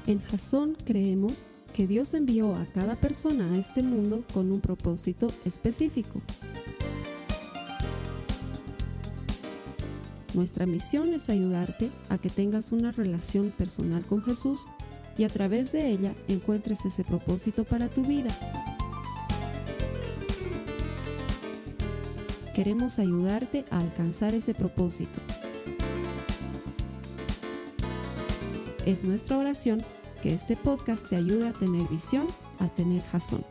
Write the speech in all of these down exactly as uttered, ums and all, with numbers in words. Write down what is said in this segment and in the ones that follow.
En Jasón creemos que Dios envió a cada persona a este mundo con un propósito específico. Nuestra misión es ayudarte a que tengas una relación personal con Jesús y a través de ella encuentres ese propósito para tu vida. Queremos ayudarte a alcanzar ese propósito. Es nuestra oración que este podcast te ayude a tener visión, a tener Jasón.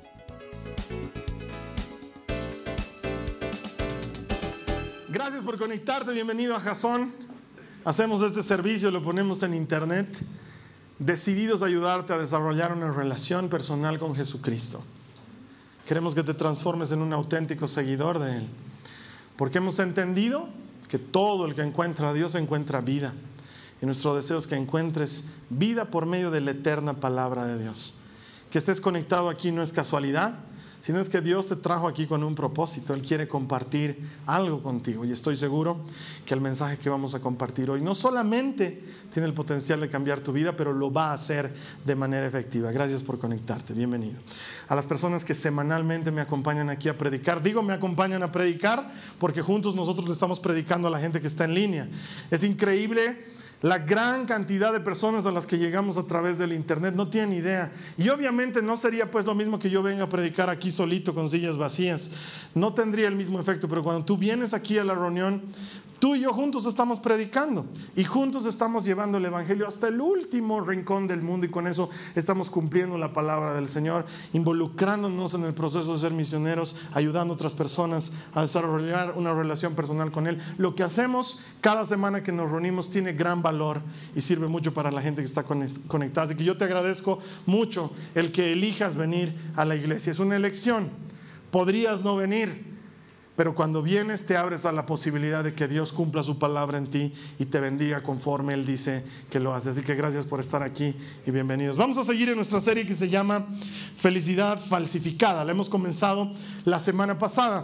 Gracias por conectarte, bienvenido a Jasón. Hacemos este servicio, lo ponemos en internet, decididos a ayudarte a desarrollar una relación personal con Jesucristo. Queremos que te transformes en un auténtico seguidor de Él, porque hemos entendido que todo el que encuentra a Dios encuentra vida. Y nuestro deseo es que encuentres vida por medio de la eterna palabra de Dios. Que estés conectado aquí no es casualidad, sino es que Dios te trajo aquí con un propósito. Él quiere compartir algo contigo y estoy seguro que el mensaje que vamos a compartir hoy no solamente tiene el potencial de cambiar tu vida, pero lo va a hacer de manera efectiva. Gracias por conectarte, bienvenido. A las personas que semanalmente me acompañan aquí a predicar, digo me acompañan a predicar porque juntos nosotros le estamos predicando a la gente que está en línea. Es increíble la gran cantidad de personas a las que llegamos a través del internet, no tienen idea. Y obviamente no sería pues lo mismo que yo venga a predicar aquí solito con sillas vacías. No tendría el mismo efecto, pero cuando tú vienes aquí a la reunión, tú y yo juntos estamos predicando y juntos estamos llevando el evangelio hasta el último rincón del mundo y con eso estamos cumpliendo la palabra del Señor, involucrándonos en el proceso de ser misioneros, ayudando a otras personas a desarrollar una relación personal con Él. Lo que hacemos cada semana que nos reunimos tiene gran valor y sirve mucho para la gente que está conectada. Así que yo te agradezco mucho el que elijas venir a la iglesia. Es una elección. Podrías no venir, pero cuando vienes te abres a la posibilidad de que Dios cumpla su palabra en ti y te bendiga conforme Él dice que lo hace. Así que gracias por estar aquí y bienvenidos. Vamos a seguir en nuestra serie que se llama Felicidad Falsificada. La hemos comenzado la semana pasada.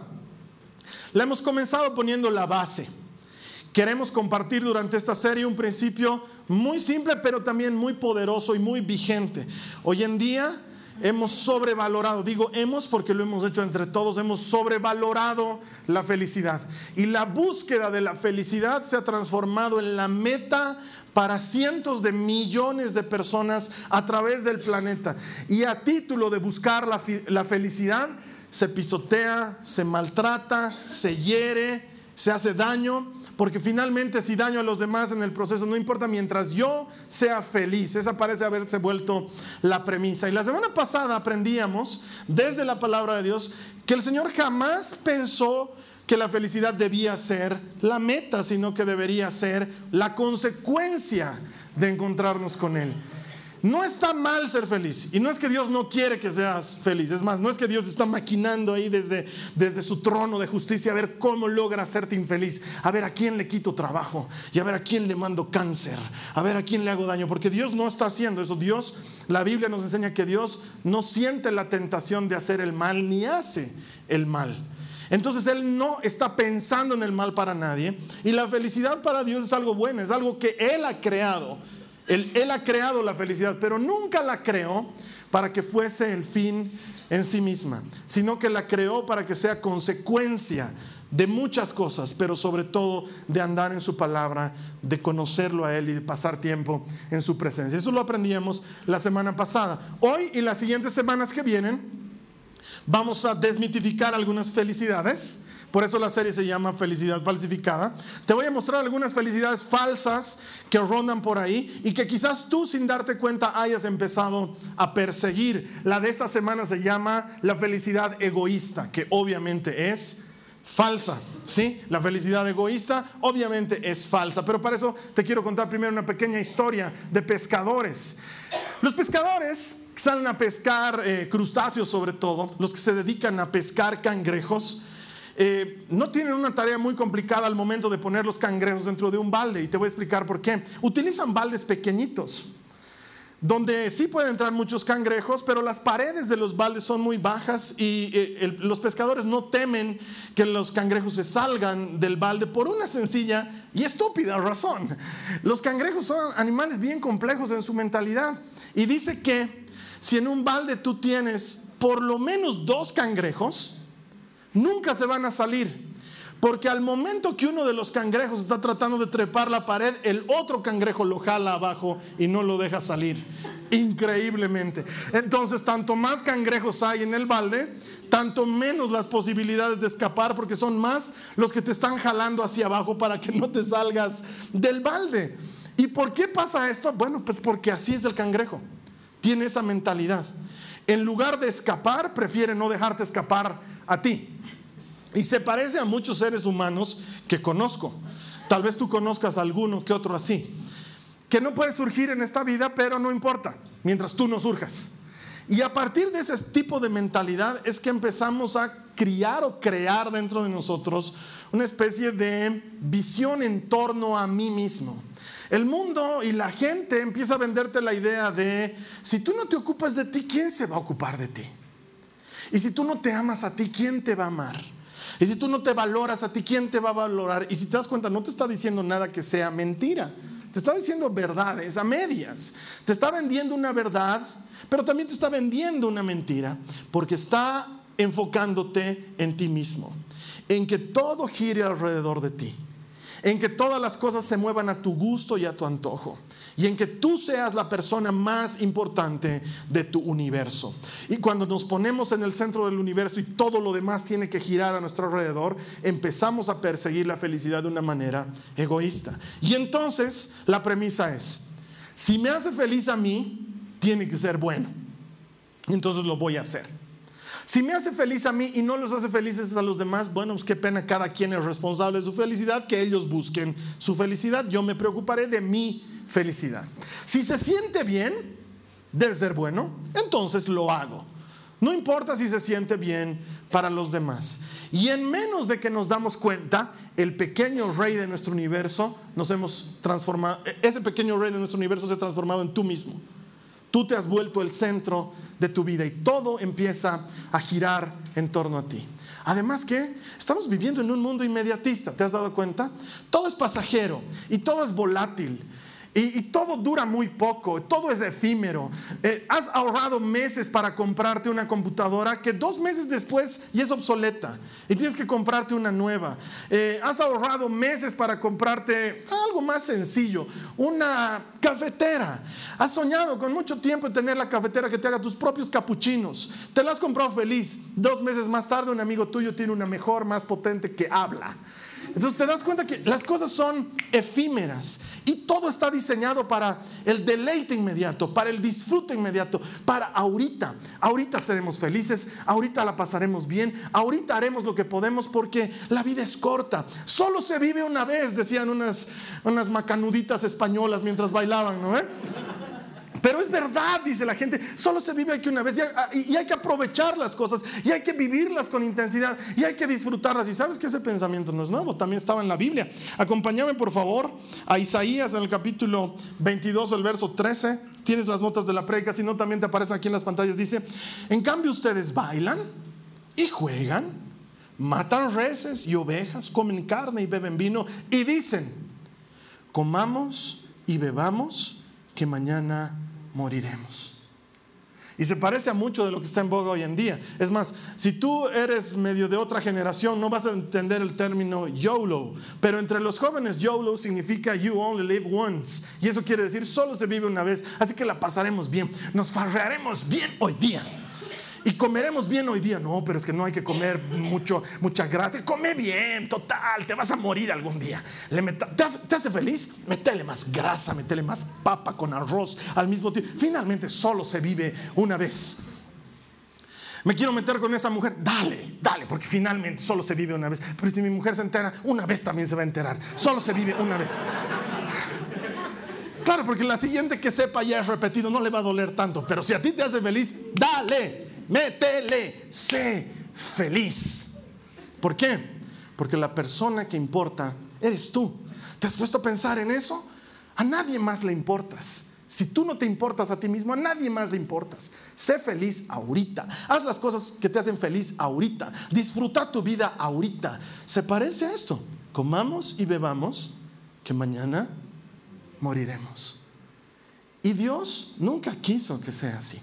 La hemos comenzado poniendo la base. Queremos compartir durante esta serie un principio muy simple, pero también muy poderoso y muy vigente. Hoy en día hemos sobrevalorado, digo hemos porque lo hemos hecho entre todos, hemos sobrevalorado la felicidad. Y la búsqueda de la felicidad se ha transformado en la meta para cientos de millones de personas a través del planeta. Y a título de buscar la, la felicidad, se pisotea, se maltrata, se hiere, se hace daño. Porque finalmente si daño a los demás en el proceso no importa mientras yo sea feliz. Esa parece haberse vuelto la premisa. Y la semana pasada aprendíamos desde la palabra de Dios que el Señor jamás pensó que la felicidad debía ser la meta, sino que debería ser la consecuencia de encontrarnos con Él. No está mal ser feliz y no es que Dios no quiere que seas feliz. Es más, no es que Dios está maquinando ahí desde, desde su trono de justicia a ver cómo logra hacerte infeliz, a ver a quién le quito trabajo y a ver a quién le mando cáncer, a ver a quién le hago daño, porque Dios no está haciendo eso. Dios, la Biblia nos enseña que Dios no siente la tentación de hacer el mal ni hace el mal. Entonces Él no está pensando en el mal para nadie y la felicidad para Dios es algo bueno, es algo que Él ha creado. Él, él ha creado la felicidad, pero nunca la creó para que fuese el fin en sí misma, sino que la creó para que sea consecuencia de muchas cosas, pero sobre todo de andar en su palabra, de conocerlo a Él y de pasar tiempo en su presencia. Eso lo aprendíamos la semana pasada. Hoy y las siguientes semanas que vienen vamos a desmitificar algunas felicidades. Por eso la serie se llama Felicidad Falsificada. Te voy a mostrar algunas felicidades falsas que rondan por ahí y que quizás tú sin darte cuenta hayas empezado a perseguir. La de esta semana se llama la felicidad egoísta, que obviamente es falsa, ¿sí? La felicidad egoísta obviamente es falsa, pero para eso te quiero contar primero una pequeña historia de pescadores. Los pescadores salen a pescar eh, crustáceos, sobre todo los que se dedican a pescar cangrejos. Eh, no tienen una tarea muy complicada al momento de poner los cangrejos dentro de un balde y te voy a explicar por qué. Utilizan baldes pequeñitos. donde sí pueden entrar muchos cangrejos, pero las paredes de los baldes son muy bajas y eh, el, los pescadores no temen que los cangrejos se salgan del balde por una sencilla y estúpida razón. Los cangrejos son animales bien complejos en su mentalidad, y dice que si en un balde tú tienes por lo menos dos cangrejos, nunca se van a salir. Porque al momento que uno de los cangrejos está tratando de trepar la pared, el otro cangrejo lo jala abajo y no lo deja salir. Increíblemente. Entonces, tanto más cangrejos hay en el balde, tanto menos las posibilidades de escapar, porque son más los que te están jalando hacia abajo para que no te salgas del balde. ¿Y por qué pasa esto? Bueno, pues porque así es el cangrejo. Tiene esa mentalidad. En lugar de escapar, prefiere no dejarte escapar a ti. Y se parece a muchos seres humanos que conozco. Tal vez tú conozcas a alguno que otro así, que no puede surgir en esta vida, pero no importa, mientras tú no surjas. Y a partir de ese tipo de mentalidad es que empezamos a criar o crear dentro de nosotros una especie de visión en torno a mí mismo. El mundo y la gente empieza a venderte la idea de: si tú no te ocupas de ti, ¿quién se va a ocupar de ti? Y si tú no te amas a ti, ¿quién te va a amar? Y si tú no te valoras a ti, ¿quién te va a valorar? Y si te das cuenta, no te está diciendo nada que sea mentira. Te está diciendo verdades a medias. Te está vendiendo una verdad, pero también te está vendiendo una mentira, porque está enfocándote en ti mismo, en que todo gire alrededor de ti, en que todas las cosas se muevan a tu gusto y a tu antojo, y en que tú seas la persona más importante de tu universo. Y cuando nos ponemos en el centro del universo y todo lo demás tiene que girar a nuestro alrededor, empezamos a perseguir la felicidad de una manera egoísta. Y entonces la premisa es: si me hace feliz a mí, tiene que ser bueno, entonces lo voy a hacer. Si me hace feliz a mí y no los hace felices a los demás, bueno, pues qué pena, cada quien es responsable de su felicidad, que ellos busquen su felicidad, yo me preocuparé de mi felicidad. Si se siente bien, debe ser bueno, entonces lo hago. No importa si se siente bien para los demás. Y en menos de que nos damos cuenta, el pequeño rey de nuestro universo nos hemos transformado, ese pequeño rey de nuestro universo se ha transformado en tú mismo. Tú te has vuelto el centro de tu vida y todo empieza a girar en torno a ti. Además que estamos viviendo en un mundo inmediatista, ¿te has dado cuenta? Todo es pasajero y todo es volátil. Y, y todo dura muy poco, todo es efímero. Eh, has ahorrado meses para comprarte una computadora que dos meses después ya es obsoleta y tienes que comprarte una nueva. Eh, has ahorrado meses para comprarte algo más sencillo, una cafetera. Has soñado con mucho tiempo en tener la cafetera que te haga tus propios capuchinos. Te la has comprado feliz. Dos meses más tarde un amigo tuyo tiene una mejor, más potente que habla. Entonces te das cuenta que las cosas son efímeras y todo está diseñado para el deleite inmediato, para el disfrute inmediato, para ahorita. Ahorita seremos felices, ahorita la pasaremos bien, ahorita haremos lo que podemos porque la vida es corta. Solo se vive una vez, decían unas, unas macanuditas españolas mientras bailaban, ¿no? ¿Eh? Pero es verdad, dice la gente, solo se vive aquí una vez y, y hay que aprovechar las cosas y hay que vivirlas con intensidad y hay que disfrutarlas. Y sabes que ese pensamiento no es nuevo, también estaba en la Biblia. Acompáñame por favor a Isaías en el capítulo veintidós, el verso trece. Tienes las notas de la prédica, si no también te aparecen aquí en las pantallas. Dice: en cambio ustedes bailan y juegan, matan reses y ovejas, comen carne y beben vino y dicen: comamos y bebamos, que mañana moriremos. Y se parece a mucho de lo que está en boga hoy en día. Es más, si tú eres medio de otra generación, no vas a entender el término YOLO, pero entre los jóvenes YOLO significa you only live once, y eso quiere decir solo se vive una vez, así que la pasaremos bien, nos farrearemos bien hoy día y comeremos bien hoy día. No, pero es que no hay que comer mucho, mucha grasa. Come bien, total, te vas a morir algún día. Le meta, ¿te, ¿Te hace feliz? Métele más grasa, métele más papa con arroz al mismo tiempo. Finalmente solo se vive una vez. Me quiero meter con esa mujer, dale, dale, porque finalmente solo se vive una vez. Pero si mi mujer se entera, una vez también se va a enterar. Solo se vive una vez. Claro, porque la siguiente que sepa ya es repetido, no le va a doler tanto. Pero si a ti te hace feliz, dale. Métele, sé feliz. ¿Por qué? Porque la persona que importa eres tú. ¿Te has puesto a pensar en eso? A nadie más le importas Si tú no te importas a ti mismo, a nadie más le importas. Sé feliz ahorita. Haz las cosas que te hacen feliz ahorita. Disfruta tu vida ahorita. Se parece a esto. Comamos y bebamos, que mañana moriremos. Y Dios nunca quiso que sea así.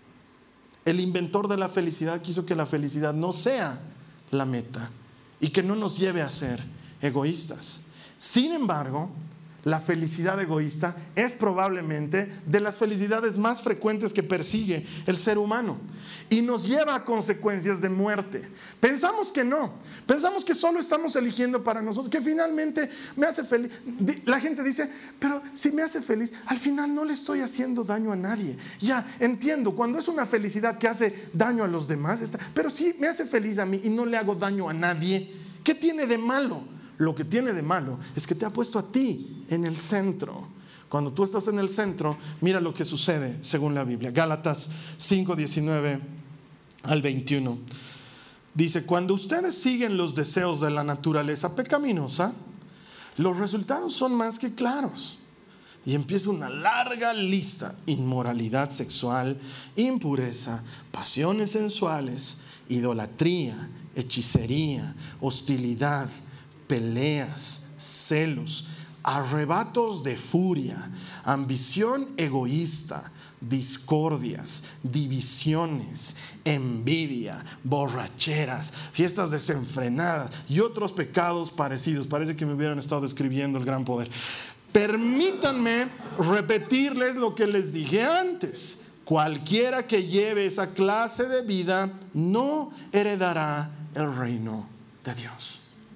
El inventor de la felicidad quiso que la felicidad no sea la meta y que no nos lleve a ser egoístas. Sin embargo, la felicidad egoísta es probablemente de las felicidades más frecuentes que persigue el ser humano y nos lleva a consecuencias de muerte. Pensamos que no, pensamos que solo estamos eligiendo para nosotros, que finalmente me hace feliz. La gente dice, pero si me hace feliz, al final no le estoy haciendo daño a nadie. Ya, entiendo, cuando es una felicidad que hace daño a los demás, está, pero si me hace feliz a mí y no le hago daño a nadie, ¿qué tiene de malo? Lo que tiene de malo es que te ha puesto a ti en el centro. Cuando tú estás en el centro, mira lo que sucede según la Biblia. Gálatas cinco, diecinueve al veintiuno. Dice, cuando ustedes siguen los deseos de la naturaleza pecaminosa, los resultados son más que claros. Y empieza una larga lista: inmoralidad sexual, impureza, pasiones sensuales, idolatría, hechicería, hostilidad, peleas, celos, arrebatos de furia, ambición egoísta, discordias, divisiones, envidia, borracheras, fiestas desenfrenadas y otros pecados parecidos. Parece que me hubieran estado describiendo el gran poder. Permítanme repetirles lo que les dije antes. Cualquiera que lleve esa clase de vida no heredará el reino de Dios.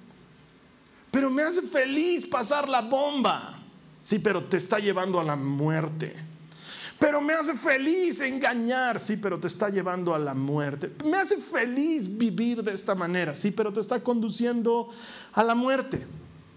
Pero me hace feliz pasar la bomba. Sí, pero te está llevando a la muerte. Pero me hace feliz engañar. Sí, pero te está llevando a la muerte. Me hace feliz vivir de esta manera. Sí, pero te está conduciendo a la muerte.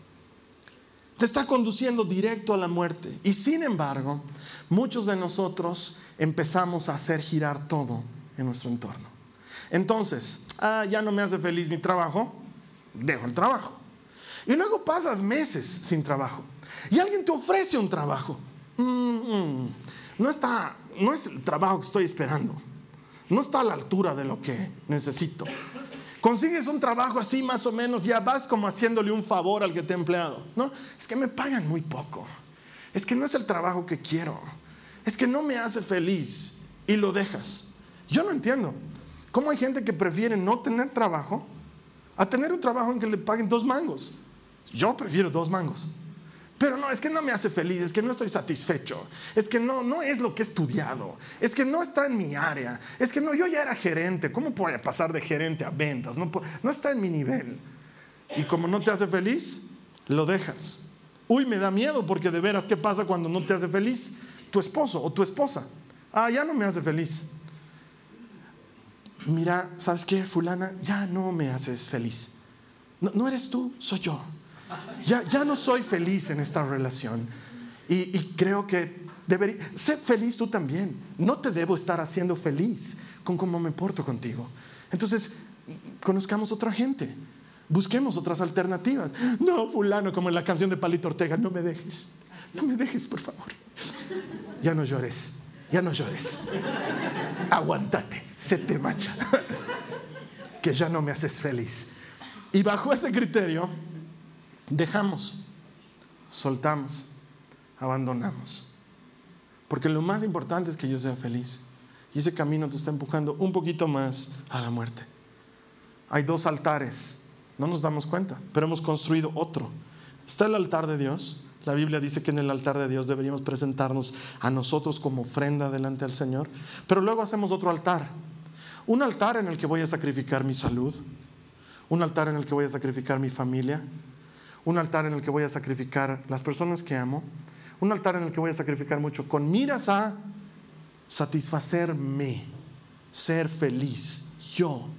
Te está conduciendo directo a la muerte. Y sin embargo, muchos de nosotros empezamos a hacer girar todo en nuestro entorno. Entonces, ah, ya no me hace feliz mi trabajo. Dejo el trabajo. Y luego pasas meses sin trabajo y alguien te ofrece un trabajo. Mm, mm, no está, no es el trabajo que estoy esperando. No está a la altura de lo que necesito. Consigues un trabajo así más o menos, ya vas como haciéndole un favor al que te ha empleado. No, es que me pagan muy poco. Es que no es el trabajo que quiero. Es que no me hace feliz y lo dejas. Yo no entiendo cómo hay gente que prefiere no tener trabajo a tener un trabajo en que le paguen dos mangos. Yo prefiero dos mangos. Pero no, es que no me hace feliz, es que no estoy satisfecho, es que no, no es lo que he estudiado, es que no está en mi área, es que no, yo ya era gerente, ¿cómo puedo pasar de gerente a ventas? No, no está en mi nivel. Y como no te hace feliz, lo dejas. Uy, me da miedo, porque de veras, ¿qué pasa cuando no te hace feliz tu esposo o tu esposa? Ah, ya no me hace feliz. Mira, ¿sabes qué, fulana? Ya no me haces feliz. No, no eres tú, soy yo. Ya, ya no soy feliz en esta relación. Y, y creo que debería... Sé feliz tú también. No te debo estar haciendo feliz con cómo me porto contigo. Entonces, conozcamos otra gente. Busquemos otras alternativas. No, fulano, como en la canción de Palito Ortega. No me dejes. No me dejes, por favor. Ya no llores. Ya no llores. Aguántate. Se te macha. Que ya no me haces feliz. Y bajo ese criterio, dejamos, soltamos, abandonamos. Porque lo más importante es que yo sea feliz. Y ese camino te está empujando un poquito más a la muerte. Hay dos altares, no nos damos cuenta, pero hemos construido otro. Está el altar de Dios. La Biblia dice que en el altar de Dios deberíamos presentarnos a nosotros como ofrenda delante del Señor. Pero luego hacemos otro altar. Un altar en el que voy a sacrificar mi salud. Un altar en el que voy a sacrificar mi familia. Un altar en el que voy a sacrificar las personas que amo. Un altar en el que voy a sacrificar mucho con miras a satisfacerme, ser feliz. Yo.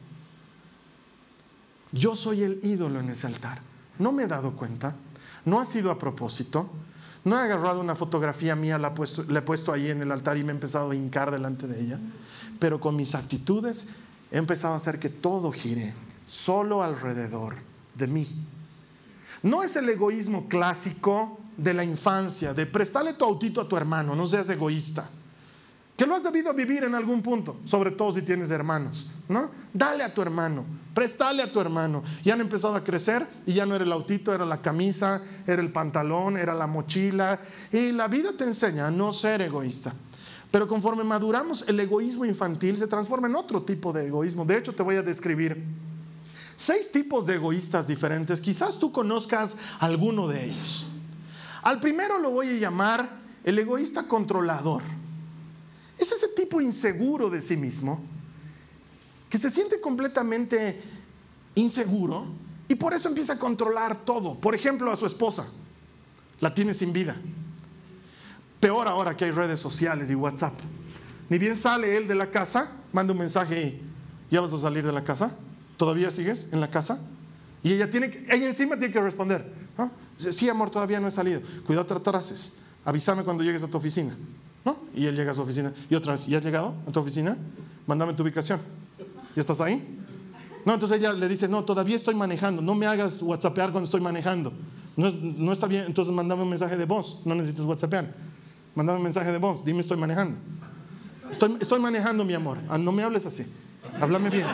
Yo soy el ídolo en ese altar. No me he dado cuenta. No ha sido a propósito. No he agarrado una fotografía mía, la he puesto, la he puesto ahí en el altar y me he empezado a hincar delante de ella. Pero con mis actitudes he empezado a hacer que todo gire solo alrededor de mí. No es el egoísmo clásico de la infancia, de prestarle tu autito a tu hermano, no seas egoísta. Que lo has debido vivir en algún punto, sobre todo si tienes hermanos, ¿no? Dale a tu hermano, préstale a tu hermano. Y han empezado a crecer y ya no era el autito, era la camisa, era el pantalón, era la mochila. Y la vida te enseña a no ser egoísta. Pero conforme maduramos, el egoísmo infantil se transforma en otro tipo de egoísmo. De hecho, te voy a describir seis tipos de egoístas diferentes. Quizás tú conozcas alguno de ellos. Al primero lo voy a llamar el egoísta controlador. Es ese tipo inseguro de sí mismo, que se siente completamente inseguro y por eso empieza a controlar todo. Por ejemplo, a su esposa, la tiene sin vida. Peor ahora que hay redes sociales y WhatsApp. Ni bien sale él de la casa, manda un mensaje y ¿ya vas a salir de la casa? ¿Todavía sigues en la casa? Y ella, tiene que, ella encima tiene que responder, ¿no? Sí, amor, todavía no he salido. Cuidado, te atrases. Avísame cuando llegues a tu oficina, ¿no? Y él llega a su oficina. Y otra vez, ¿ya has llegado a tu oficina? Mándame tu ubicación. ¿Ya estás ahí? No, entonces ella le dice, no, todavía estoy manejando. No me hagas whatsappear cuando estoy manejando. No, no está bien, entonces mándame un mensaje de voz. No necesitas whatsappear. Mándame un mensaje de voz. Dime, estoy manejando. Estoy, estoy manejando, mi amor. Ah, no me hables así. Háblame bien.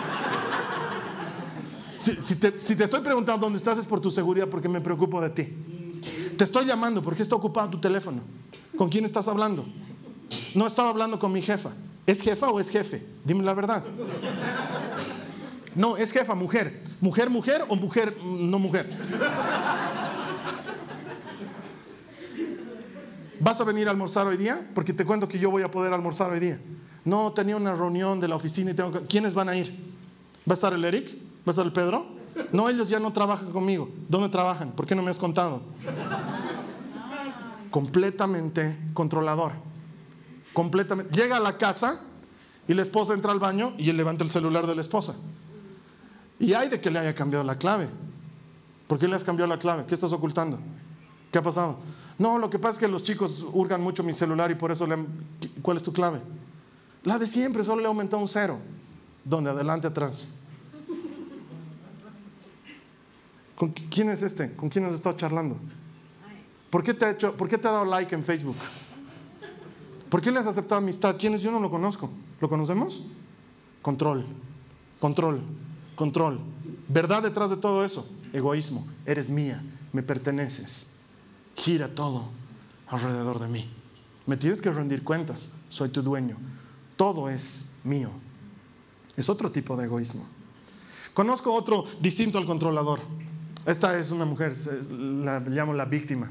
Si, si, te, si te estoy preguntando dónde estás es por tu seguridad, porque me preocupo de ti. Te estoy llamando, ¿por qué está ocupado tu teléfono? ¿Con quién estás hablando? No estaba hablando con mi jefa. ¿Es jefa o es jefe? Dime la verdad. No, es jefa, mujer. ¿Mujer, mujer o mujer, no mujer? ¿Vas a venir a almorzar hoy día? Porque te cuento que yo voy a poder almorzar hoy día. No, tenía una reunión de la oficina y tengo que... ¿Quiénes van a ir? ¿Va a estar el Eric? ¿Va a estar el Pedro? No, ellos ya no trabajan conmigo. ¿Dónde trabajan? ¿Por qué no me has contado? Completamente controlador. Completamente. Llega a la casa y la esposa entra al baño y él levanta el celular de la esposa. Y hay de que le haya cambiado la clave. ¿Por qué le has cambiado la clave? ¿Qué estás ocultando? ¿Qué ha pasado? No, lo que pasa es que los chicos hurgan mucho mi celular y por eso le han... ¿Cuál es tu clave? La de siempre, solo le he aumentado un cero. ¿Dónde? Adelante, atrás. ¿Con quién es este? ¿Con quién has estado charlando? ¿Por qué te ha hecho, por qué te ha dado like en Facebook? ¿Por qué le has aceptado amistad? ¿Quién es? Yo no lo conozco. ¿Lo conocemos? Control, control, control. ¿Verdad detrás de todo eso? Egoísmo. Eres mía, me perteneces. Gira todo alrededor de mí. Me tienes que rendir cuentas. Soy tu dueño. Todo es mío. Es otro tipo de egoísmo. Conozco otro distinto al controlador. Esta es una mujer, la llamo la víctima.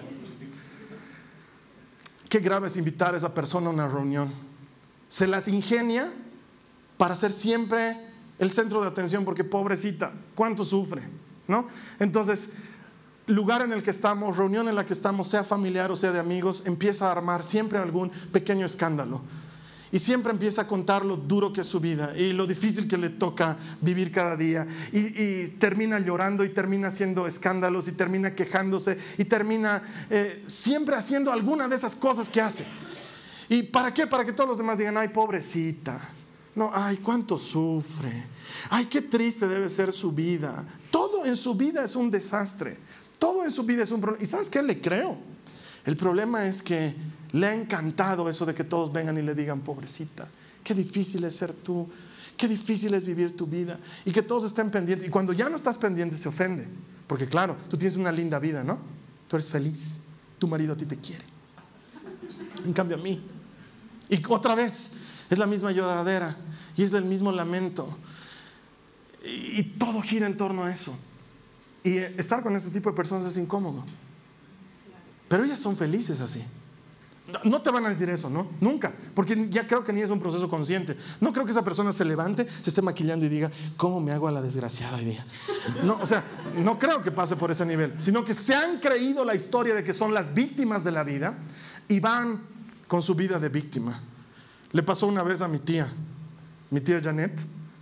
Qué grave es invitar a esa persona a una reunión. Se las ingenia para ser siempre el centro de atención, porque pobrecita, cuánto sufre, ¿no? Entonces, lugar en el que estamos, reunión en la que estamos, sea familiar o sea de amigos, empieza a armar siempre algún pequeño escándalo. Y siempre empieza a contar lo duro que es su vida y lo difícil que le toca vivir cada día. Y, y termina llorando y termina haciendo escándalos y termina quejándose y termina eh, siempre haciendo alguna de esas cosas que hace. ¿Y para qué? Para que todos los demás digan, ay, pobrecita. No, ay, cuánto sufre. Ay, qué triste debe ser su vida. Todo en su vida es un desastre. Todo en su vida es un problema. ¿Y sabes qué? Le creo. El problema es que le ha encantado eso de que todos vengan y le digan, pobrecita, qué difícil es ser tú, qué difícil es vivir tu vida, y que todos estén pendientes. Y cuando ya no estás pendiente se ofende, porque claro, tú tienes una linda vida, ¿no? Tú eres feliz, tu marido a ti te quiere. En cambio a mí. Y otra vez, es la misma lloradera y es el mismo lamento. Y, y todo gira en torno a eso. Y estar con este tipo de personas es incómodo. Pero ellas son felices así. No te van a decir eso, ¿no? Nunca, porque ya creo que ni es un proceso consciente. No creo que esa persona se levante, se esté maquillando y diga, ¿cómo me hago a la desgraciada hoy día? No, o sea, no creo que pase por ese nivel, sino que se han creído la historia de que son las víctimas de la vida y van con su vida de víctima. Le pasó una vez a mi tía, mi tía Janet,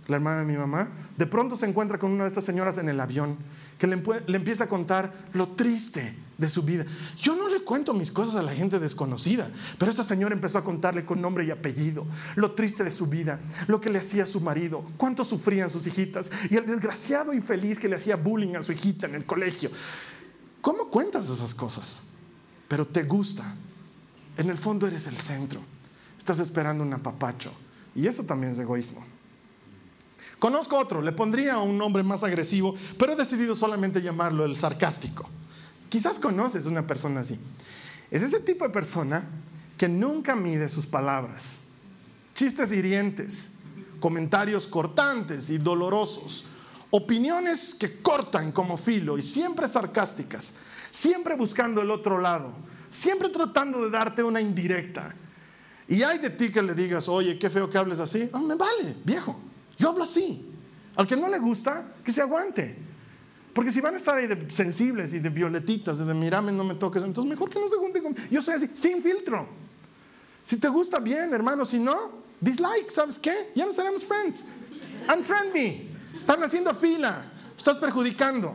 la hermana de mi mamá, de pronto se encuentra con una de estas señoras en el avión que le, le empieza a contar lo triste de su vida. Yo no le cuento mis cosas a la gente desconocida, pero esta señora empezó a contarle con nombre y apellido lo triste de su vida, lo que le hacía a su marido, cuánto sufrían sus hijitas y el desgraciado infeliz que le hacía bullying a su hijita en el colegio. ¿Cómo cuentas esas cosas? Pero te gusta. En el fondo eres el centro. Estás esperando un apapacho. Y eso también es egoísmo. Conozco otro, le pondría un nombre más agresivo, pero he decidido solamente llamarlo el sarcástico. Quizás conoces una persona así. Es ese tipo de persona que nunca mide sus palabras. Chistes hirientes, comentarios cortantes y dolorosos, opiniones que cortan como filo y siempre sarcásticas, siempre buscando el otro lado, siempre tratando de darte una indirecta. Y hay de ti que le digas, oye, qué feo que hables así. Ah, me vale, viejo. Yo hablo así. Al que no le gusta, que se aguante. Porque si van a estar ahí de sensibles y de violetitas, de mírame, no me toques, entonces mejor que no se junten con... Yo soy así, sin filtro. Si te gusta, bien, hermano. Si no, dislike, ¿sabes qué? Ya no seremos friends. Unfriend me. Están haciendo fila. Estás perjudicando.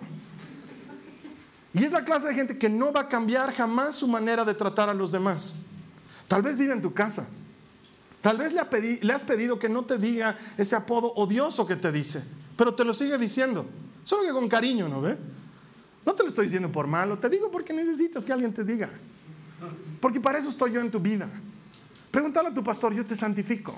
Y es la clase de gente que no va a cambiar jamás su manera de tratar a los demás. Tal vez vive en tu casa. Tal vez le, ha pedi- le has pedido que no te diga ese apodo odioso que te dice, pero te lo sigue diciendo, solo que con cariño, ¿no ve? No te lo estoy diciendo por malo, te digo porque necesitas que alguien te diga. Porque para eso estoy yo en tu vida. Pregúntale a tu pastor, yo te santifico.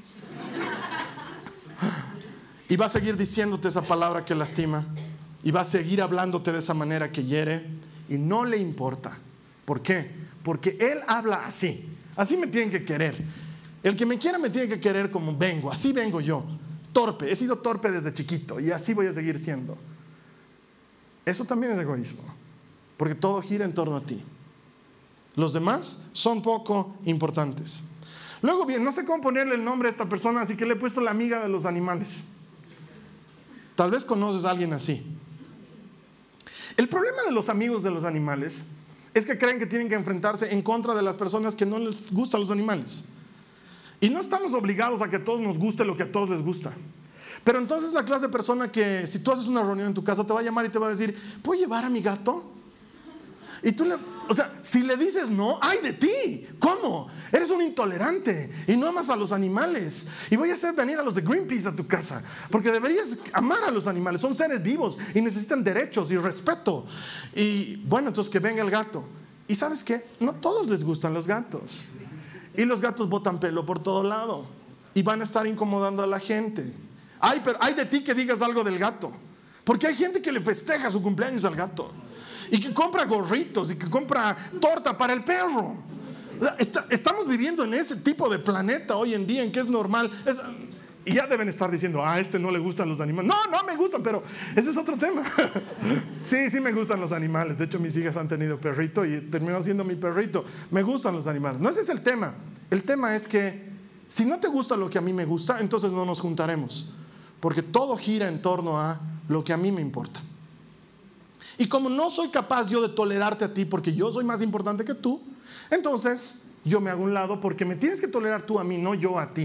Y va a seguir diciéndote esa palabra que lastima, y va a seguir hablándote de esa manera que hiere, y no le importa. ¿Por qué? Porque él habla así. Así me tienen que querer. El que me quiera me tiene que querer como vengo, así vengo yo, torpe, he sido torpe desde chiquito y así voy a seguir siendo. Eso también es egoísmo, porque todo gira en torno a ti. Los demás son poco importantes. Luego bien, no sé cómo ponerle el nombre a esta persona, así que le he puesto la amiga de los animales. Tal vez conoces a alguien así. El problema de los amigos de los animales es que creen que tienen que enfrentarse en contra de las personas que no les gustan los animales. Y no estamos obligados a que a todos nos guste lo que a todos les gusta. Pero entonces la clase de persona que si tú haces una reunión en tu casa te va a llamar y te va a decir, ¿puedo llevar a mi gato? Y tú le, o sea, si le dices no, ¡ay de ti! ¿Cómo? Eres un intolerante y no amas a los animales. Y voy a hacer venir a los de Greenpeace a tu casa, porque deberías amar a los animales. Son seres vivos y necesitan derechos y respeto. Y bueno, entonces que venga el gato. ¿Y sabes qué? No todos les gustan los gatos. Y los gatos botan pelo por todo lado y van a estar incomodando a la gente. Ay, pero hay de ti que digas algo del gato, porque hay gente que le festeja su cumpleaños al gato y que compra gorritos y que compra torta para el perro. Está, estamos viviendo en ese tipo de planeta hoy en día en que es normal. Es, y ya deben estar diciendo, ah, a este no le gustan los animales. No, no me gustan, pero ese es otro tema. Sí, sí me gustan los animales. De hecho, mis hijas han tenido perrito y terminó siendo mi perrito. Me gustan los animales. No, ese es el tema. El tema es que si no te gusta lo que a mí me gusta, entonces no nos juntaremos. Porque todo gira en torno a lo que a mí me importa. Y como no soy capaz yo de tolerarte a ti porque yo soy más importante que tú, entonces yo me hago a un lado porque me tienes que tolerar tú a mí, no yo a ti.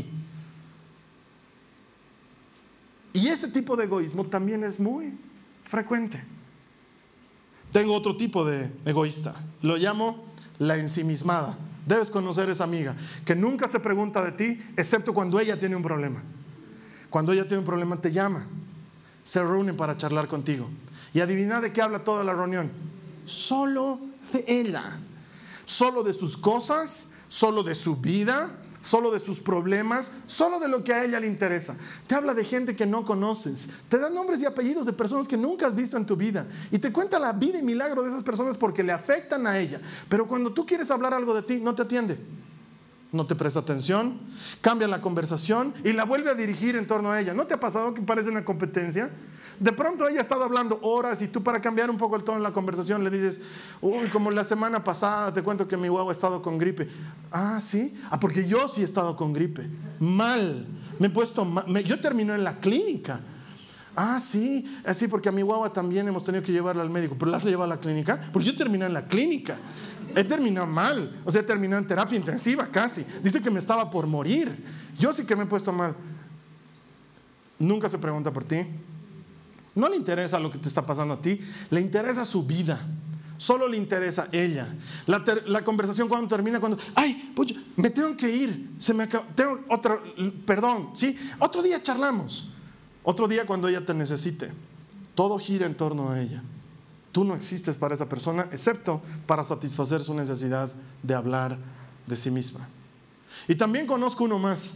Y ese tipo de egoísmo también es muy frecuente. Tengo otro tipo de egoísta. Lo llamo la ensimismada. Debes conocer a esa amiga que nunca se pregunta de ti, excepto cuando ella tiene un problema. Cuando ella tiene un problema te llama. Se reúnen para charlar contigo. Y adivina de qué habla toda la reunión. Solo de ella. Solo de sus cosas, solo de su vida, solo de sus problemas, solo de lo que a ella le interesa. Te habla de gente que no conoces, te da nombres y apellidos de personas que nunca has visto en tu vida y te cuenta la vida y milagro de esas personas porque le afectan a ella. Pero cuando tú quieres hablar algo de ti, no te atiende, no te presta atención, cambia la conversación y la vuelve a dirigir en torno a ella. ¿No te ha pasado que parece una competencia? De pronto ella ha estado hablando horas y tú, para cambiar un poco el tono de la conversación, le dices, uy, como la semana pasada te cuento que mi guagua ha estado con gripe. Ah, ¿sí? Ah, porque yo sí he estado con gripe. Mal. Me he puesto mal. Me, yo terminé en la clínica. Ah, sí. Así, porque a mi guagua también hemos tenido que llevarla al médico. ¿Pero la has llevado a la clínica? Porque yo terminé en la clínica. He terminado mal. O sea, he terminado en terapia intensiva casi. Dice que me estaba por morir. Yo sí que me he puesto mal. nunca se pregunta por ti. No le interesa lo que te está pasando a ti, le interesa su vida. Solo le interesa ella. La, ter, la conversación cuando termina, cuando, ay, pues me tengo que ir, se me acabó, tengo otro, perdón, ¿sí? Otro día charlamos. Otro día cuando ella te necesite. Todo gira en torno a ella. Tú no existes para esa persona, excepto para satisfacer su necesidad de hablar de sí misma. Y también conozco uno más.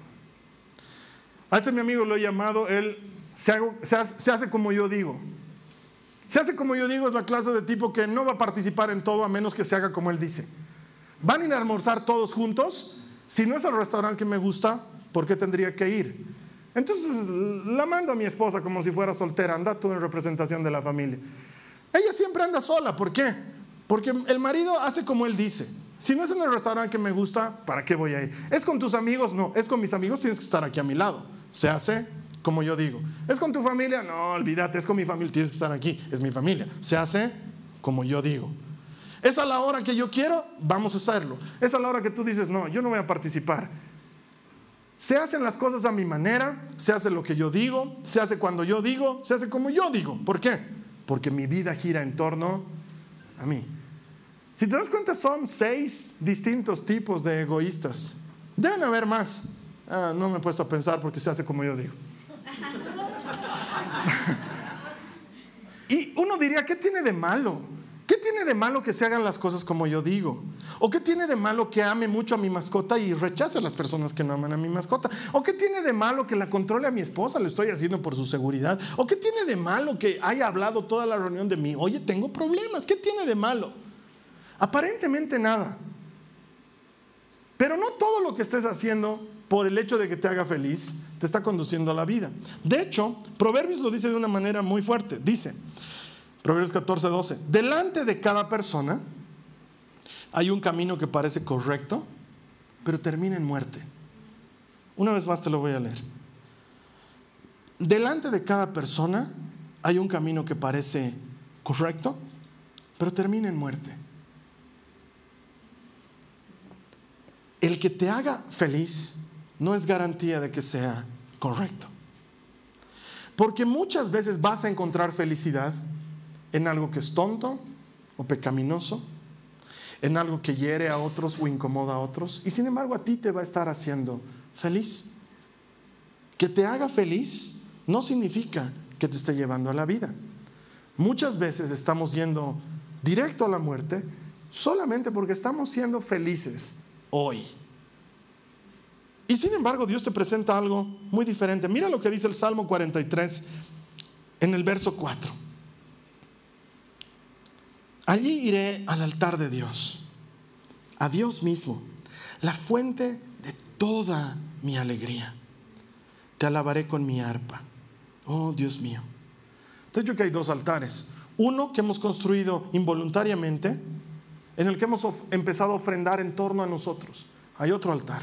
A este mi amigo lo he llamado, él se, hago, se, hace, se hace como yo digo. Se hace como yo digo es la clase de tipo que no va a participar en todo a menos que se haga como él dice. Van a ir a almorzar todos juntos. Si no es el restaurante que me gusta, ¿por qué tendría que ir? Entonces la mando a mi esposa como si fuera soltera. Anda tú en representación de la familia. Ella siempre anda sola. ¿Por qué? Porque el marido hace como él dice. Si no es en el restaurante que me gusta, ¿para qué voy a ir? ¿Es con tus amigos? No. ¿Es con mis amigos? Tienes que estar aquí a mi lado. Se hace como yo digo. ¿Es con tu familia? No, olvídate, es con mi familia, tienes que estar aquí, es mi familia. Se hace como yo digo. ¿Es a la hora que yo quiero? Vamos a hacerlo. ¿Es a la hora que tú dices, no, yo no voy a participar? Se hacen las cosas a mi manera, se hace lo que yo digo, se hace cuando yo digo, se hace como yo digo. ¿Por qué? Porque mi vida gira en torno a mí. Si te das cuenta, son seis distintos tipos de egoístas. Deben haber más. Ah, no me he puesto a pensar porque se hace como yo digo. Y uno diría, ¿qué tiene de malo? ¿Qué tiene de malo que se hagan las cosas como yo digo? ¿O qué tiene de malo que ame mucho a mi mascota y rechace a las personas que no aman a mi mascota? ¿O qué tiene de malo que la controle a mi esposa? Lo estoy haciendo por su seguridad. ¿O qué tiene de malo que haya hablado toda la reunión de mí? Oye, tengo problemas. ¿Qué tiene de malo? Aparentemente nada. Pero no todo lo que estés haciendo por el hecho de que te haga feliz te está conduciendo a la vida. De hecho, Proverbios lo dice de una manera muy fuerte. Dice, Proverbios catorce, doce, delante de cada persona hay un camino que parece correcto, pero termina en muerte. Una vez más te lo voy a leer. Delante de cada persona hay un camino que parece correcto, pero termina en muerte. El que te haga feliz no es garantía de que sea correcto. Porque muchas veces vas a encontrar felicidad en algo que es tonto o pecaminoso, en algo que hiere a otros o incomoda a otros, y sin embargo a ti te va a estar haciendo feliz. Que te haga feliz no significa que te esté llevando a la vida. Muchas veces estamos yendo directo a la muerte solamente porque estamos siendo felices hoy. Y sin embargo Dios te presenta algo muy diferente. Mira lo que dice el Salmo cuarenta y tres en el verso cuatro. Allí iré al altar de Dios, a Dios mismo, la fuente de toda mi alegría. Te alabaré con mi arpa, oh Dios mío. Te he dicho que hay dos altares. Uno que hemos construido involuntariamente, en el que hemos of- empezado a ofrendar en torno a nosotros. Hay otro altar.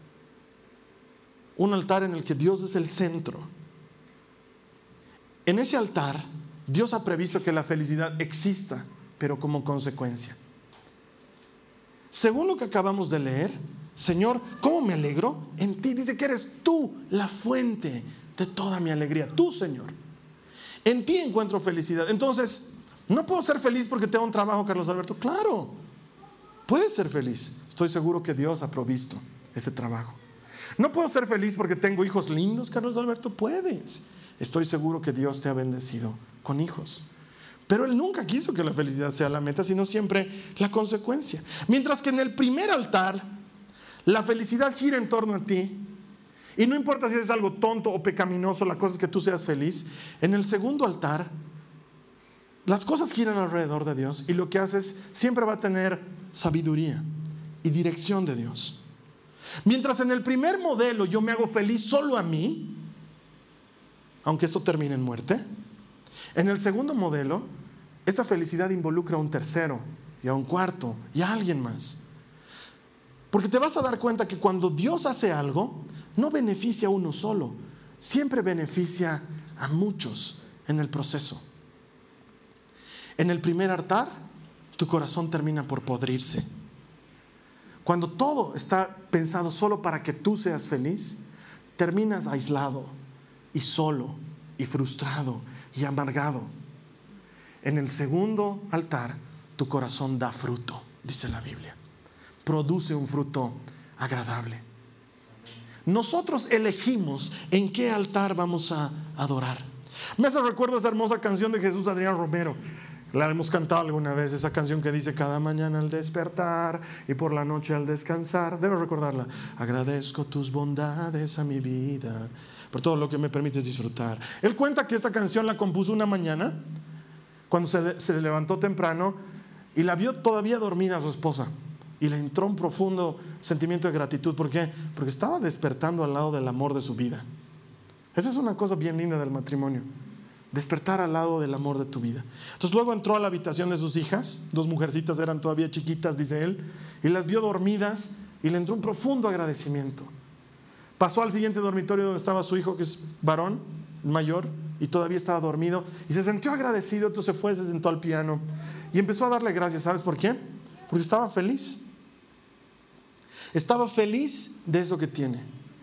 Un altar en el que Dios es el centro. En ese altar, Dios ha previsto que la felicidad exista, pero como consecuencia. Según lo que acabamos de leer, Señor, ¿cómo me alegro en ti? Dice que eres tú la fuente de toda mi alegría. Tú, Señor. En ti encuentro felicidad. Entonces, ¿no puedo ser feliz porque tengo un trabajo, Carlos Alberto? Claro, puedes ser feliz. Estoy seguro que Dios ha provisto ese trabajo. ¿No puedo ser feliz porque tengo hijos lindos, Carlos Alberto? Puedes. Estoy seguro que Dios te ha bendecido con hijos. Pero Él nunca quiso que la felicidad sea la meta, sino siempre la consecuencia. Mientras que en el primer altar, la felicidad gira en torno a ti. Y no importa si es algo tonto o pecaminoso, la cosa es que tú seas feliz. En el segundo altar, las cosas giran alrededor de Dios. Y lo que haces siempre va a tener sabiduría y dirección de Dios. Mientras en el primer modelo yo me hago feliz solo a mí, aunque esto termine en muerte, en el segundo modelo, esta felicidad involucra a un tercero y a un cuarto y a alguien más. Porque te vas a dar cuenta que cuando Dios hace algo, no beneficia a uno solo, siempre beneficia a muchos en el proceso. En el primer altar, tu corazón termina por podrirse. Cuando todo está pensado solo para que tú seas feliz, terminas aislado, y solo y frustrado y amargado. En el segundo altar tu corazón da fruto, dice la Biblia. Produce un fruto agradable. Nosotros elegimos en qué altar vamos a adorar. Me hace recuerdo esa hermosa canción de Jesús Adrián Romero. La hemos cantado alguna vez, esa canción que dice: cada mañana al despertar y por la noche al descansar. Debo recordarla. Agradezco tus bondades a mi vida, por todo lo que me permites disfrutar. Él cuenta que esta canción la compuso una mañana, cuando se, se levantó temprano y la vio todavía dormida a su esposa. Y le entró un profundo sentimiento de gratitud. ¿Por qué? Porque estaba despertando al lado del amor de su vida. Esa es una cosa bien linda del matrimonio. Despertar al lado del amor de tu vida. Entonces luego entró a la habitación de sus hijas. Dos mujercitas, eran todavía chiquitas, dice él. Y las vio dormidas y le entró un profundo agradecimiento. Pasó al siguiente dormitorio donde estaba su hijo, que es varón, mayor, y todavía estaba dormido. Y se sintió agradecido. Entonces se fue, se sentó al piano y empezó a darle gracias. ¿Sabes por qué? Porque estaba feliz. Estaba feliz de eso que tiene.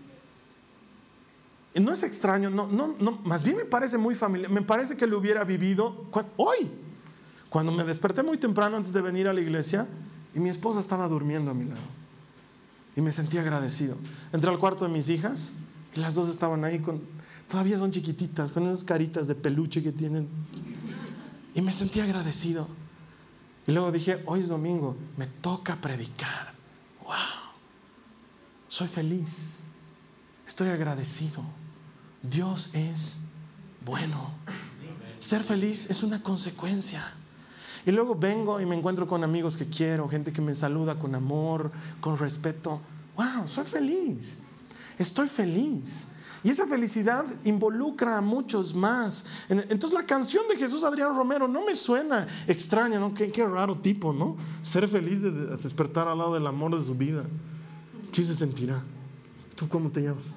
Y no es extraño, no, no, no, más bien me parece muy familiar. Me parece que lo hubiera vivido cuando, hoy, cuando me desperté muy temprano antes de venir a la iglesia y mi esposa estaba durmiendo a mi lado. Y me sentí agradecido. Entré al cuarto de mis hijas y las dos estaban ahí, con, todavía son chiquititas, con esas caritas de peluche que tienen. Y me sentí agradecido. Y luego dije: hoy es domingo, me toca predicar. ¡Wow! Soy feliz. Estoy agradecido. Dios es bueno. Ser feliz es una consecuencia. Y luego vengo y me encuentro con amigos que quiero, gente que me saluda con amor, con respeto. ¡Wow! Soy feliz. Estoy feliz. Y esa felicidad involucra a muchos más. Entonces la canción de Jesús Adrián Romero no me suena extraña, ¿no? Qué, qué raro tipo, ¿no? Ser feliz de despertar al lado del amor de su vida. Sí se sentirá. ¿Tú cómo te llamas?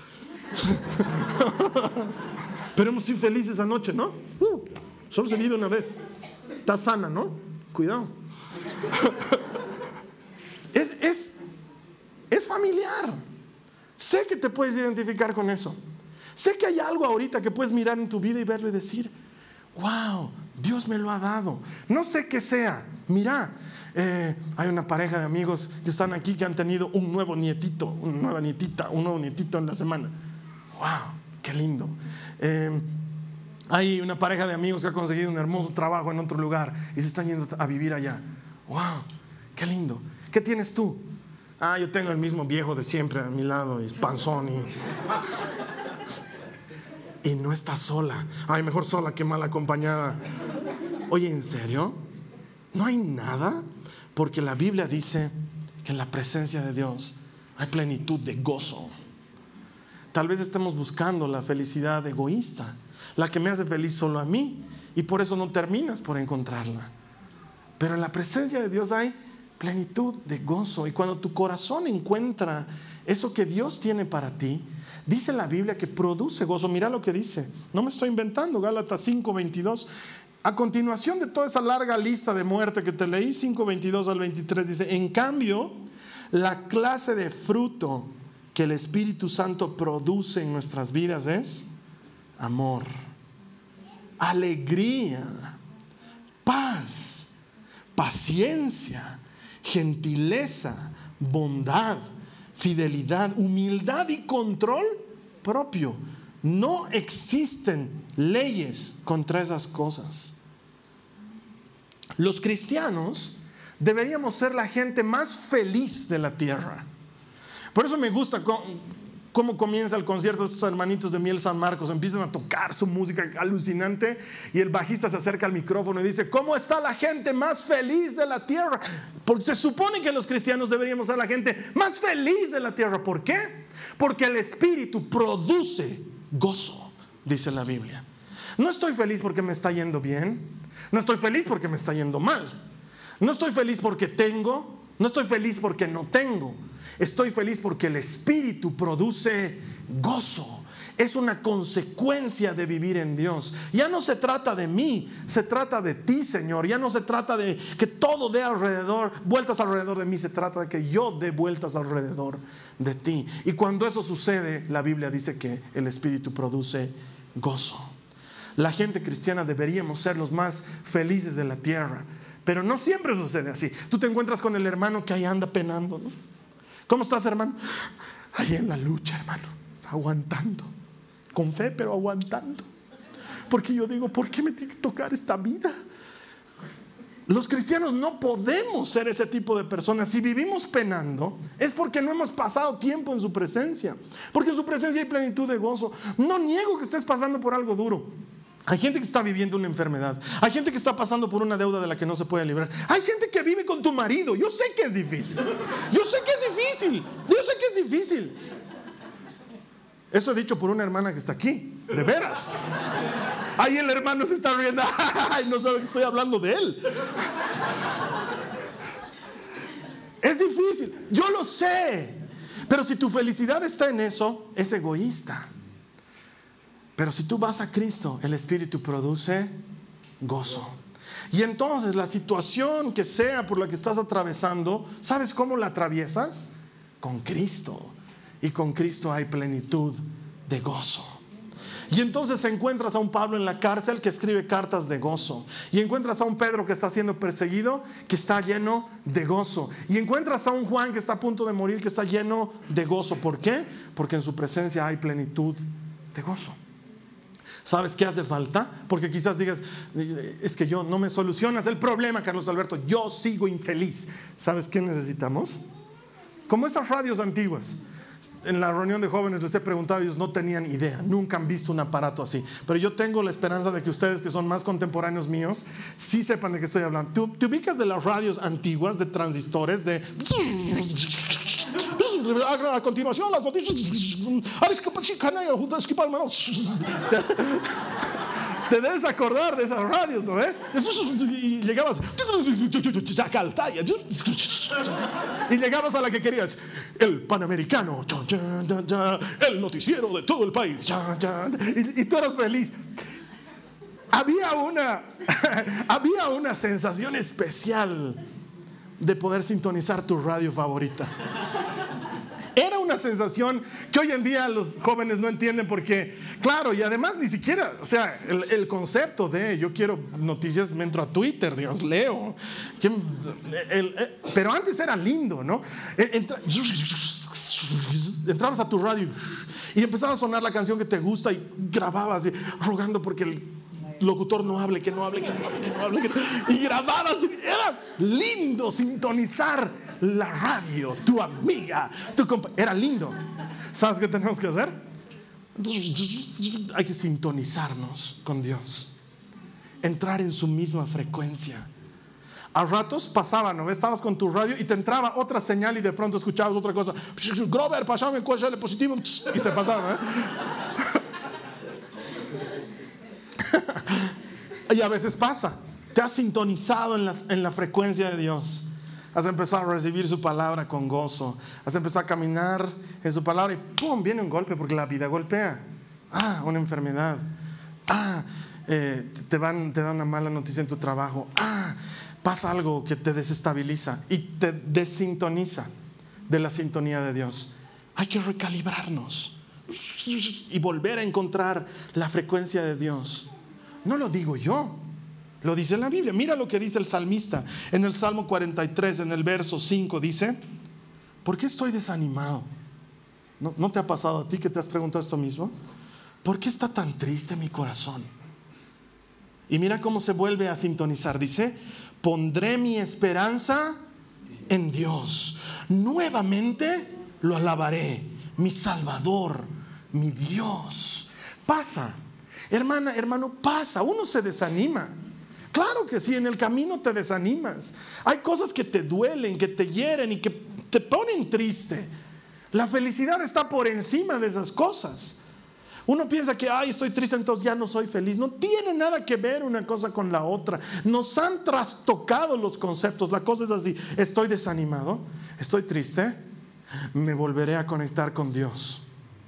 Pero hemos sido felices esa noche, ¿no? Uh, solo se vive una vez. Está sana, ¿no? Cuidado. es, es, es familiar. Sé que te puedes identificar con eso. Sé que hay algo ahorita que puedes mirar en tu vida y verlo y decir: wow, Dios me lo ha dado. No sé qué sea. Mira, eh, hay una pareja de amigos que están aquí que han tenido un nuevo nietito, una nueva nietita, un nuevo nietito en la semana. Wow, qué lindo. Eh, hay una pareja de amigos que ha conseguido un hermoso trabajo en otro lugar y se están yendo a vivir allá. Wow, qué lindo. ¿Qué tienes tú? Ah, yo tengo el mismo viejo de siempre a mi lado, y es panzón y, y no está sola. Ay, mejor sola que mal acompañada. Oye, ¿en serio? ¿No hay nada? Porque la Biblia dice que en la presencia de Dios hay plenitud de gozo. Tal vez estemos buscando la felicidad egoísta, la que me hace feliz solo a mí, y por eso no terminas por encontrarla. Pero en la presencia de Dios hay plenitud de gozo. Y cuando tu corazón encuentra eso que Dios tiene para ti, dice la Biblia que produce gozo. Mira lo que dice, no me estoy inventando, Gálatas cinco veintidós. A continuación de toda esa larga lista de muerte que te leí, cinco veintidós al veintitrés, dice: en cambio, la clase de fruto que el Espíritu Santo produce en nuestras vidas es amor, alegría, paz, paciencia, gentileza, bondad, fidelidad, humildad y control propio. No existen leyes contra esas cosas. Los cristianos deberíamos ser la gente más feliz de la tierra. Por eso me gusta cómo comienza el concierto de estos hermanitos de Miel San Marcos. Empiezan a tocar su música alucinante y el bajista se acerca al micrófono y dice: ¿cómo está la gente más feliz de la tierra? Porque se supone que los cristianos deberíamos ser la gente más feliz de la tierra. ¿Por qué? Porque el Espíritu produce gozo, dice la Biblia. No estoy feliz porque me está yendo bien. No estoy feliz porque me está yendo mal. No estoy feliz porque tengo. No estoy feliz porque no tengo. Estoy feliz porque el Espíritu produce gozo. es una consecuencia de vivir en Dios. Ya no se trata de mí, se trata de ti, Señor. Ya no se trata de que todo dé alrededor, vueltas alrededor de mí, se trata de que yo dé vueltas alrededor de ti. Y cuando eso sucede, la Biblia dice que el Espíritu produce gozo. La gente cristiana deberíamos ser los más felices de la tierra, pero no siempre sucede así. Tú te encuentras con el hermano que ahí anda penando, ¿no? ¿Cómo estás, hermano? Ahí en la lucha, hermano, está aguantando, con fe, pero aguantando. Porque yo digo, ¿por qué me tiene que tocar esta vida? Los cristianos no podemos ser ese tipo de personas. Si vivimos penando, es porque no hemos pasado tiempo en su presencia. Porque en su presencia hay plenitud de gozo. No niego que estés pasando por algo duro. Hay gente que está viviendo una enfermedad. Hay gente que está pasando por una deuda de la que no se puede librar. Hay gente que vive con tu marido. Yo sé que es difícil. Yo sé que es difícil. Yo sé que es difícil. Eso he dicho por una hermana que está aquí. De veras. Ahí el hermano se está riendo. Ay, no sabe que estoy hablando de él. Es difícil. Yo lo sé. Pero si tu felicidad está en eso, es egoísta. Pero si tú vas a Cristo, el Espíritu produce gozo. Y entonces la situación que sea por la que estás atravesando, ¿sabes cómo la atraviesas? Con Cristo. Y con Cristo hay plenitud de gozo. Y entonces encuentras a un Pablo en la cárcel que escribe cartas de gozo. Y encuentras a un Pedro que está siendo perseguido, que está lleno de gozo. Y encuentras a un Juan que está a punto de morir, que está lleno de gozo. ¿Por qué? Porque en su presencia hay plenitud de gozo. ¿Sabes qué hace falta? Porque quizás digas, es que yo no me solucionas el problema, Carlos Alberto, yo sigo infeliz. ¿Sabes qué necesitamos? Como esas radios antiguas. En la reunión de jóvenes les he preguntado, ellos no tenían idea, nunca han visto un aparato así. Pero yo tengo la esperanza de que ustedes, que son más contemporáneos míos, sí sepan de qué estoy hablando. ¿Tú, te ubicas de las radios antiguas, de transistores, de... A continuación las noticias. Te debes acordar de esas radios, ¿no? ¿Eh? Y llegabas y llegabas a la que querías. El Panamericano, el noticiero de todo el país. Y, y tú eras feliz. Había una había una sensación especial de poder sintonizar tu radio favorita. Era una sensación que hoy en día los jóvenes no entienden porque, claro, y además ni siquiera, o sea, el, el concepto de yo quiero noticias, me entro a Twitter, digamos, leo. El, el, el, pero antes era lindo, ¿no? Entra, entrabas a tu radio y empezaba a sonar la canción que te gusta y grababas rogando porque el locutor no hable, que no hable, que no hable, que no hable, que no. Y grababas. Era lindo sintonizar la radio, tu amiga, tu compa- era lindo. ¿Sabes qué tenemos que hacer? Hay que sintonizarnos con Dios, entrar en su misma frecuencia. A ratos pasaba, ¿no? Estabas con tu radio y te entraba otra señal y de pronto escuchabas otra cosa. Grover, pasame el cuello positivo. Y se pasaba, ¿eh? Y a veces pasa, te has sintonizado en la, en la frecuencia de Dios, has empezado a recibir su palabra con gozo, has empezado a caminar en su palabra y ¡pum! Viene un golpe porque la vida golpea. Ah, una enfermedad. Ah, eh, te, van, te dan una mala noticia en tu trabajo. Ah, pasa algo que te desestabiliza y te desintoniza de la sintonía de Dios. Hay que recalibrarnos y volver a encontrar la frecuencia de Dios. No lo digo yo, lo dice la Biblia. Mira lo que dice el salmista en el Salmo cuarenta y tres, en el verso cinco, dice: ¿por qué estoy desanimado? ¿No, ¿No te ha pasado a ti que te has preguntado esto mismo? ¿Por qué está tan triste mi corazón? Y mira cómo se vuelve a sintonizar. Dice: pondré mi esperanza en Dios. Nuevamente lo alabaré, mi Salvador, mi Dios. Pasa. Hermana, hermano, pasa, uno se desanima. Claro que sí, en el camino te desanimas. Hay cosas que te duelen, que te hieren y que te ponen triste. La felicidad está por encima de esas cosas. Uno piensa que, ay, estoy triste, entonces ya no soy feliz. No tiene nada que ver una cosa con la otra. Nos han trastocado los conceptos. La cosa es así: estoy desanimado, estoy triste, me volveré a conectar con Dios.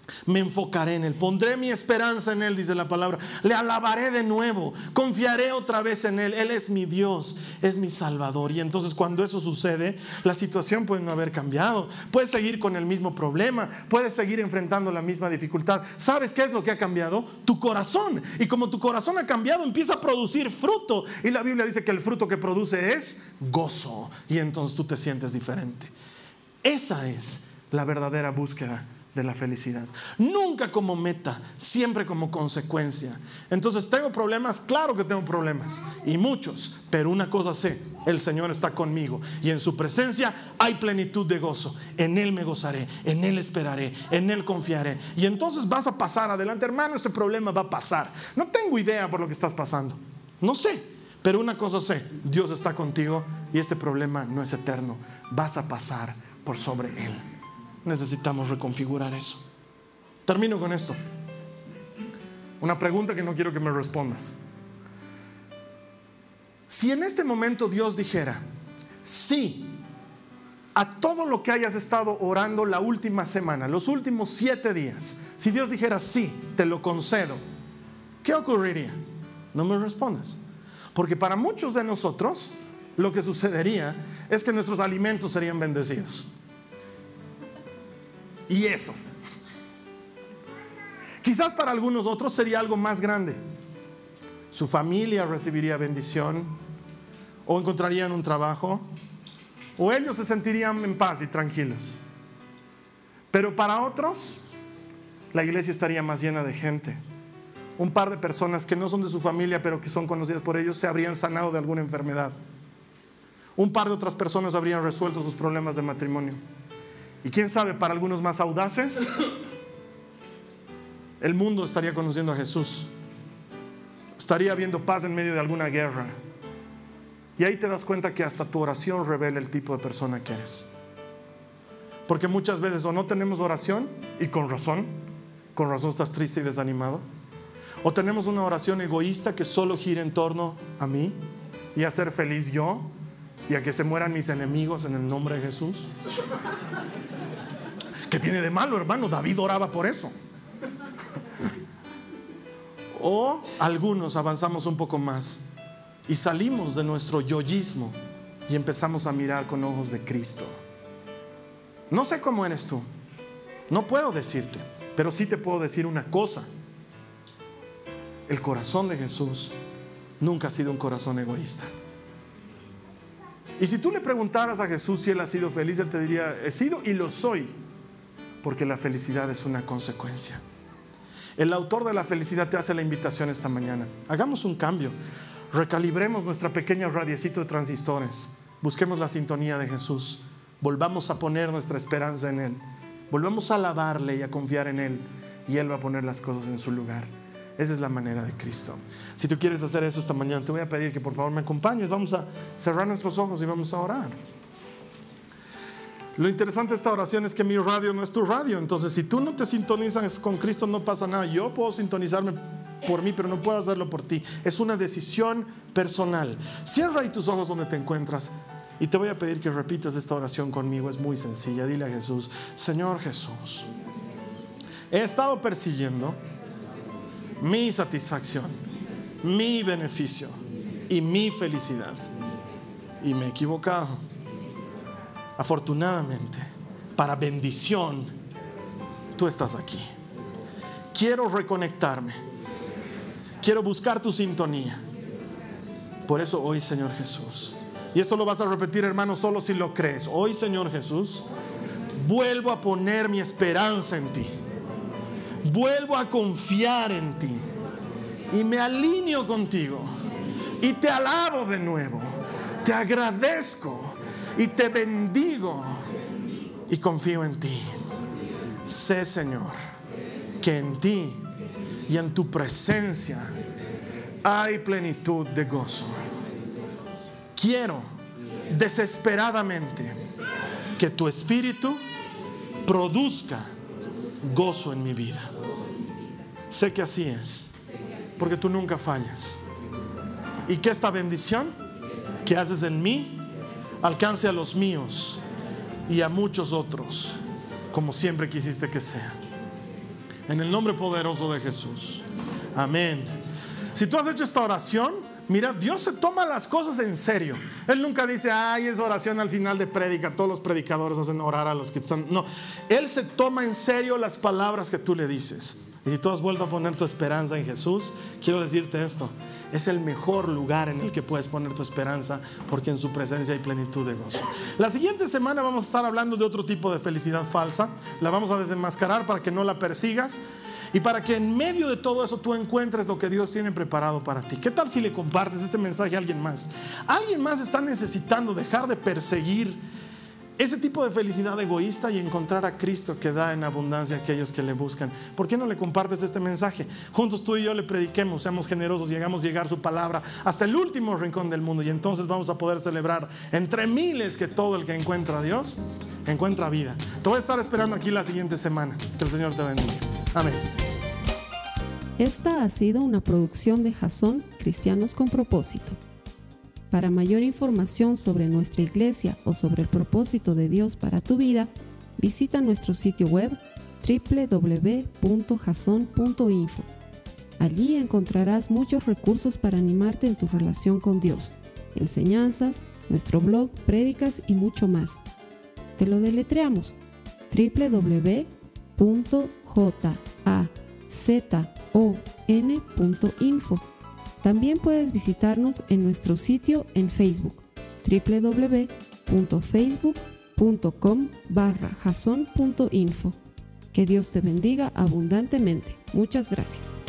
Me enfocaré en Él, pondré mi esperanza en Él, dice la palabra. Le alabaré de nuevo, confiaré otra vez en Él. Él es mi Dios, es mi Salvador. Y entonces cuando eso sucede, la situación puede no haber cambiado. Puedes seguir con el mismo problema, puedes seguir enfrentando la misma dificultad. ¿Sabes qué es lo que ha cambiado? Tu corazón. Y como tu corazón ha cambiado, empieza a producir fruto. Y la Biblia dice que el fruto que produce es gozo. Y entonces tú te sientes diferente. Esa es la verdadera búsqueda de la felicidad. Nunca como meta, siempre como consecuencia. Entonces, ¿tengo problemas? Claro que tengo problemas, y muchos, pero una cosa sé: el Señor está conmigo, y en su presencia hay plenitud de gozo. En Él me gozaré, en Él esperaré, en Él confiaré. Y entonces vas a pasar adelante. Hermano, este problema va a pasar. No tengo idea por lo que estás pasando, no sé, pero una cosa sé: Dios está contigo, y este problema no es eterno. Vas a pasar por sobre Él. Necesitamos reconfigurar eso. Termino con esto. Una pregunta que no quiero que me respondas. Si en este momento Dios dijera sí a todo lo que hayas estado orando la última semana, los últimos siete días, si Dios dijera sí, te lo concedo, ¿qué ocurriría? No me respondas. Porque para muchos de nosotros lo que sucedería es que nuestros alimentos serían bendecidos. Y eso, quizás para algunos otros sería algo más grande. Su familia recibiría bendición, o encontrarían un trabajo, o ellos se sentirían en paz y tranquilos. Pero para otros, la iglesia estaría más llena de gente. Un par de personas que no son de su familia, pero que son conocidas por ellos, se habrían sanado de alguna enfermedad. Un par de otras personas habrían resuelto sus problemas de matrimonio. Y quién sabe, para algunos más audaces, el mundo estaría conociendo a Jesús. Estaría habiendo paz en medio de alguna guerra. Y ahí te das cuenta que hasta tu oración revela el tipo de persona que eres. Porque muchas veces o no tenemos oración, y con razón, con razón estás triste y desanimado. O tenemos una oración egoísta que solo gira en torno a mí y a ser feliz yo, y a que se mueran mis enemigos en el nombre de Jesús. ¿Qué tiene de malo, hermano? David oraba por eso. O algunos avanzamos un poco más y salimos de nuestro yoísmo y empezamos a mirar con ojos de Cristo. No sé cómo eres tú, no puedo decirte, pero sí te puedo decir una cosa: el corazón de Jesús nunca ha sido un corazón egoísta. Y si tú le preguntaras a Jesús si Él ha sido feliz, Él te diría: he sido y lo soy, porque la felicidad es una consecuencia. El autor de la felicidad te hace la invitación esta mañana. Hagamos un cambio, recalibremos nuestra pequeña radiecito de transistores, busquemos la sintonía de Jesús, volvamos a poner nuestra esperanza en Él, volvamos a alabarle y a confiar en Él, y Él va a poner las cosas en su lugar. Esa es la manera de Cristo. Si tú quieres hacer eso esta mañana, te voy a pedir que por favor me acompañes. Vamos a cerrar nuestros ojos y vamos a orar. Lo interesante de esta oración es que mi radio no es tu radio. Entonces, si tú no te sintonizas con Cristo, no pasa nada. Yo puedo sintonizarme por mí, pero no puedo hacerlo por ti. Es una decisión personal. Cierra ahí tus ojos donde te encuentras y te voy a pedir que repitas esta oración conmigo. Es muy sencilla. Dile a Jesús: Señor Jesús, he estado persiguiendo mi satisfacción, mi beneficio y mi felicidad, y me he equivocado. Afortunadamente, para bendición, tú estás aquí. Quiero reconectarme, quiero buscar tu sintonía. Por eso hoy, Señor Jesús, y esto lo vas a repetir, hermano, solo si lo crees: hoy, Señor Jesús, vuelvo a poner mi esperanza en ti. Vuelvo a confiar en ti y me alineo contigo y te alabo de nuevo, te agradezco y te bendigo y confío en ti. Sé, Señor, que en ti y en tu presencia hay plenitud de gozo. Quiero desesperadamente que tu Espíritu produzca gozo en mi vida. Sé que así es, porque tú nunca fallas. Y que esta bendición que haces en mí alcance a los míos y a muchos otros, como siempre quisiste que sea. en el nombre poderoso de Jesús. Amén. Si tú has hecho esta oración, mira, Dios se toma las cosas en serio. Él nunca dice, ay, es oración al final de prédica. Todos los predicadores hacen orar a los que están. No, Él se toma en serio las palabras que tú le dices. Y si tú has vuelto a poner tu esperanza en Jesús, quiero decirte esto: es el mejor lugar en el que puedes poner tu esperanza, porque en su presencia hay plenitud de gozo. La siguiente semana vamos a estar hablando de otro tipo de felicidad falsa. La vamos a desenmascarar para que no la persigas y para que en medio de todo eso tú encuentres lo que Dios tiene preparado para ti. ¿Qué tal si le compartes este mensaje a alguien más? Alguien más está necesitando dejar de perseguir ese tipo de felicidad egoísta y encontrar a Cristo, que da en abundancia a aquellos que le buscan. ¿Por qué no le compartes este mensaje? Juntos tú y yo le prediquemos, seamos generosos y hagamos llegar su palabra hasta el último rincón del mundo, y entonces vamos a poder celebrar entre miles que todo el que encuentra a Dios encuentra vida. Te voy a estar esperando aquí la siguiente semana. Que el Señor te bendiga. Amén. Esta ha sido una producción de Jasón Cristianos con Propósito. Para mayor información sobre nuestra iglesia o sobre el propósito de Dios para tu vida, visita nuestro sitio web doble u doble u doble u punto jason punto info. Allí encontrarás muchos recursos para animarte en tu relación con Dios, enseñanzas, nuestro blog, prédicas y mucho más. Te lo deletreamos: doble u doble u doble u punto jazon punto info. También puedes visitarnos en nuestro sitio en Facebook, doble u doble u doble u punto facebook punto com barra jason punto info. Que Dios te bendiga abundantemente. Muchas gracias.